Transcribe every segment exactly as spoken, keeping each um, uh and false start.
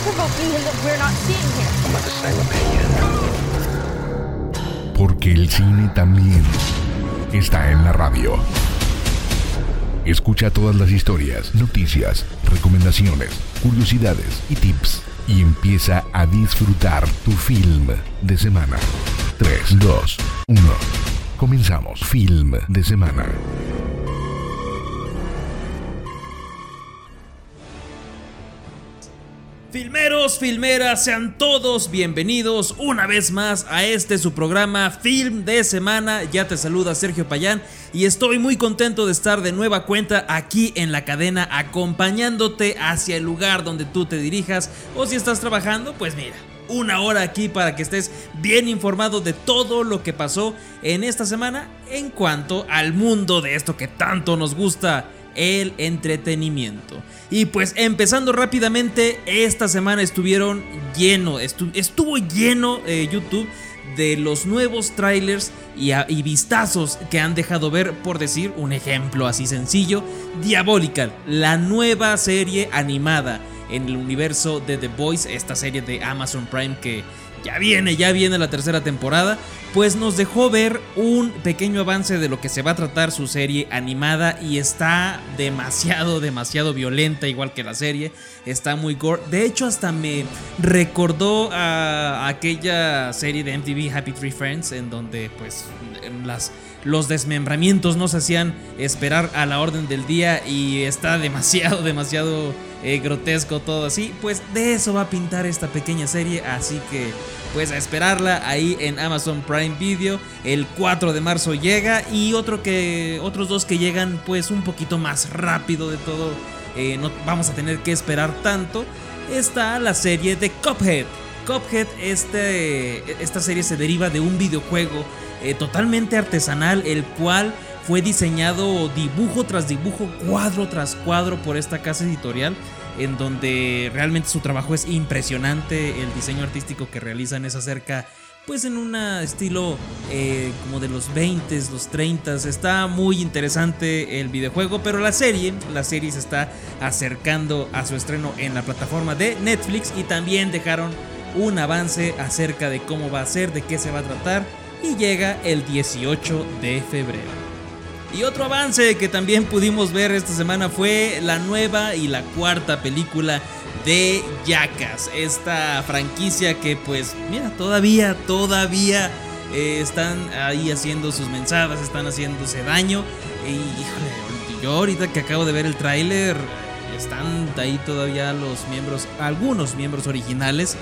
thought-provoking that we're not seeing here. I'm of the same opinion. Porque el cine también está en la radio. Escucha todas las historias, noticias, recomendaciones, curiosidades y tips y empieza a disfrutar tu film de semana. tres, dos, uno. Comenzamos. Film de semana. Filmeros, filmeras, sean todos bienvenidos una vez más a este su programa Film de Semana. Ya te saluda Sergio Payán y estoy muy contento de estar de nueva cuenta aquí en la cadena, acompañándote hacia el lugar donde tú te dirijas, o si estás trabajando, pues mira, una hora aquí para que estés bien informado de todo lo que pasó en esta semana en cuanto al mundo de esto que tanto nos gusta, el entretenimiento. Y pues empezando rápidamente, esta semana estuvieron lleno, estu- estuvo lleno eh, YouTube de los nuevos trailers y, a- y vistazos que han dejado ver. Por decir un ejemplo así sencillo, Diabolical, la nueva serie animada en el universo de The Boys, esta serie de Amazon Prime que ya viene, ya viene la tercera temporada, pues nos dejó ver un pequeño avance de lo que se va a tratar su serie animada y está demasiado, demasiado violenta, igual que la serie, está muy gore. De hecho, hasta me recordó a aquella serie de M T V Happy Tree Friends, en donde pues las... los desmembramientos no se hacían esperar a la orden del día y está demasiado, demasiado eh, grotesco todo así. Pues de eso va a pintar esta pequeña serie, así que pues a esperarla ahí en Amazon Prime Video. El cuatro de marzo llega, y otro que, otros dos que llegan pues un poquito más rápido de todo, eh, no vamos a tener que esperar tanto. Está la serie de Cuphead. Cuphead, este, esta serie se deriva de un videojuego eh, totalmente artesanal, el cual fue diseñado dibujo tras dibujo, cuadro tras cuadro por esta casa editorial, en donde realmente su trabajo es impresionante. El diseño artístico que realizan es acerca, pues en un estilo eh, como de los veinte, los treinta. Está muy interesante el videojuego, pero la serie, la serie se está acercando a su estreno en la plataforma de Netflix, y también dejaron un avance acerca de cómo va a ser, de qué se va a tratar, y llega el dieciocho de febrero. Y otro avance que también pudimos ver esta semana fue la nueva y la cuarta película de Jackass, esta franquicia que pues mira, todavía, todavía eh, están ahí haciendo sus mensadas, están haciéndose daño. Y híjole, yo ahorita que acabo de ver el tráiler, están ahí todavía los miembros, algunos miembros originales.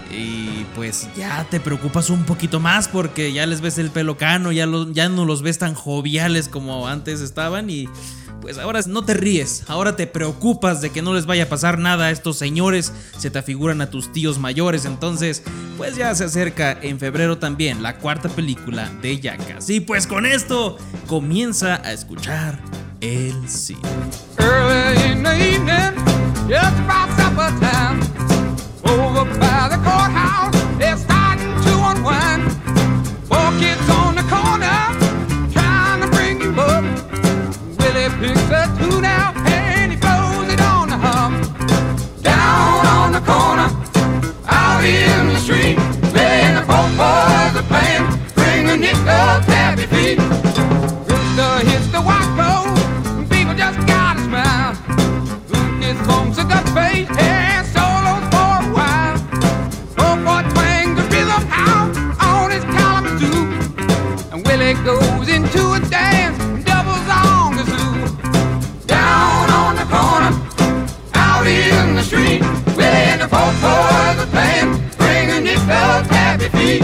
Y pues ya te preocupas un poquito más porque ya les ves el pelo cano, ya, lo, ya no los ves tan joviales como antes estaban. Y pues ahora no te ríes, ahora te preocupas de que no les vaya a pasar nada a estos señores. Se te afiguran a tus tíos mayores. Entonces pues ya se acerca en febrero también la cuarta película de Jackass. Y pues con esto comienza a escuchar el cine. Early in the evening, just about supper time. Over by the courthouse, they're starting to unwind. Four kids on the corner, trying to bring him up. Willie picks a tune out and he blows it on the hum. Down on the corner, out in the street, Willie and the poor boys are playing, bring a nickel happy feet. Rooster hits the white pole, people just gotta smile. Who gets bumps in the face and solos for a while. Oh boy, twang the rhythm out on his calamitoo, and Willie goes into a dance, doubles on the zoo. Down on the corner, out in the street, Willie and the poor boys are playing, bringing his fellas happy feet.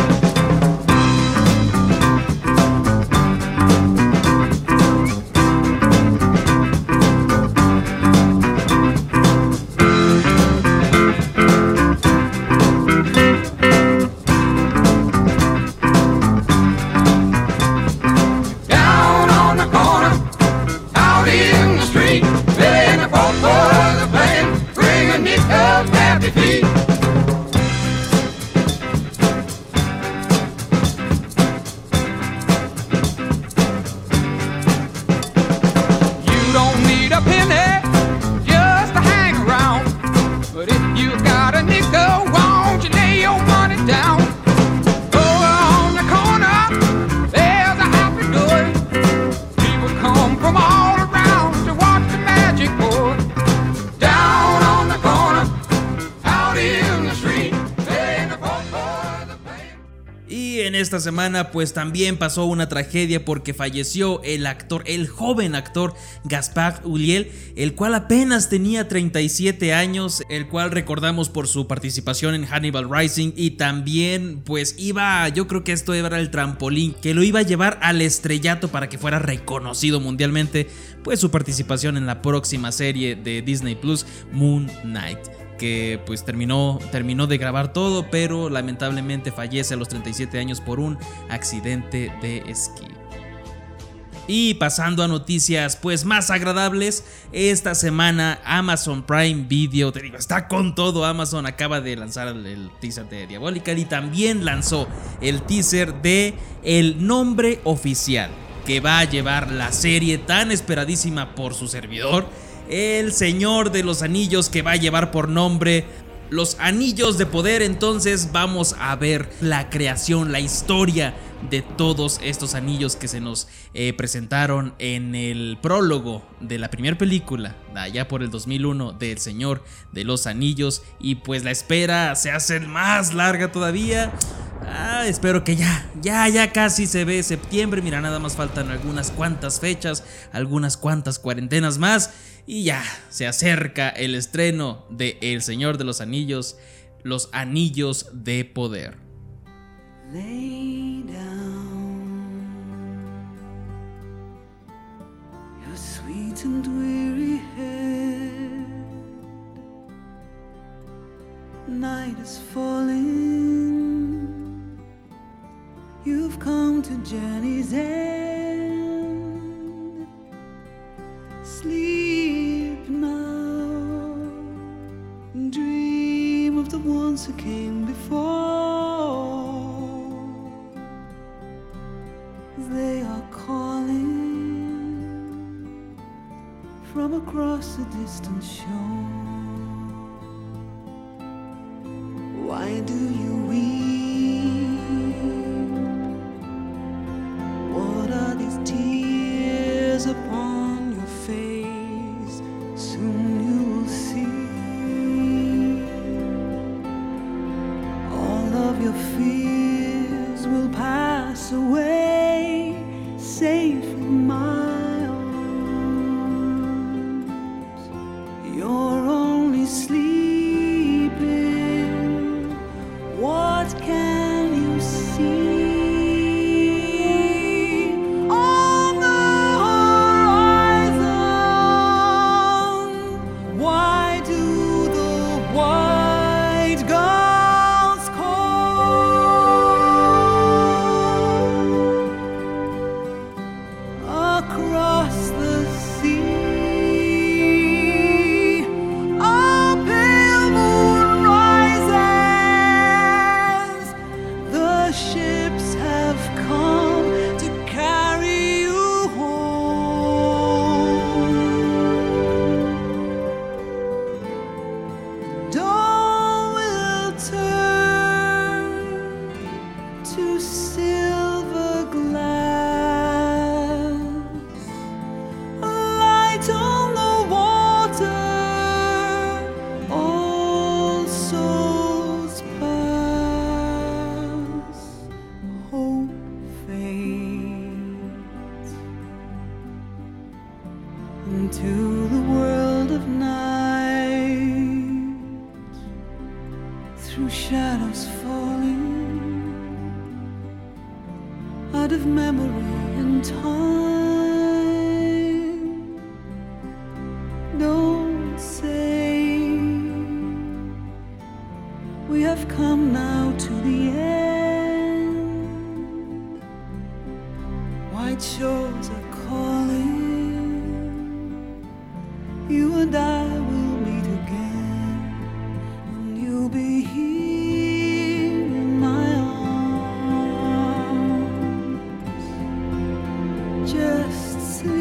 esta semana pues también pasó una tragedia porque falleció el actor, el joven actor Gaspard Ulliel, el cual apenas tenía treinta y siete años, el cual recordamos por su participación en Hannibal Rising y también pues iba, yo creo que esto era el trampolín que lo iba a llevar al estrellato para que fuera reconocido mundialmente, pues su participación en la próxima serie de Disney Plus, Moon Knight, que pues terminó, terminó de grabar todo, pero lamentablemente fallece a los treinta y siete años por un accidente de esquí. Y pasando a noticias pues más agradables, esta semana Amazon Prime Video, te digo, está con todo. Amazon acaba de lanzar el, el teaser de Diabolical y también lanzó el teaser de el nombre oficial que va a llevar la serie tan esperadísima por su servidor, El Señor de los Anillos, que va a llevar por nombre Los Anillos de Poder. Entonces vamos a ver la creación, la historia de todos estos anillos que se nos eh, presentaron en el prólogo de la primera película, allá por el dos mil uno, de El Señor de los Anillos. Y pues la espera se hace más larga todavía. Ah, espero que ya, ya, ya casi se ve septiembre. Mira, nada más faltan algunas cuantas fechas, algunas cuantas cuarentenas más. Y ya se acerca el estreno de El Señor de los Anillos, Los Anillos de Poder. Lay down your sweet and weary head. Night is falling. You've come to journey's end. Sleep now. Dream of the ones who came before. They are calling from across a distant shore. Why do you weep? What are these tears upon your face? Soon you will see all of your fears will pass away. Safe in my arms, you're only sleeping. What can you see on the horizon? Why do the white gulls call? Across the sea, a pale moon rises. The ships have come to carry you home. Dawn will turn to silver glass. Light on the water, all souls pass. Hope fades into the world of night, through shadows falling out of memory and time. Don't say we have come now to the end. White shores are calling. You and I will meet again, and you'll be here in my arms, just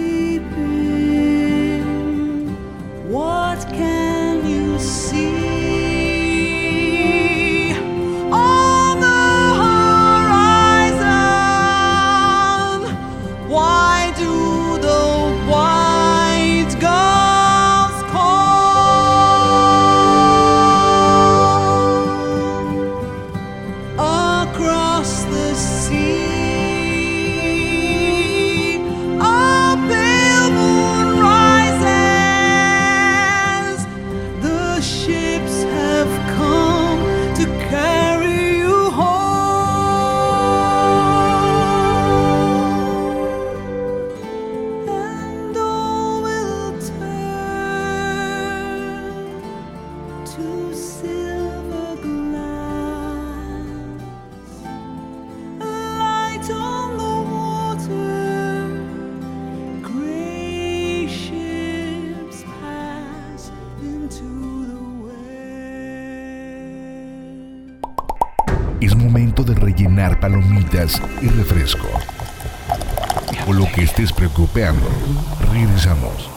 sleeping. What can you see on the horizon? Why do the white gulls call? Es momento de rellenar palomitas y refresco. O lo que estés preocupando. Regresamos.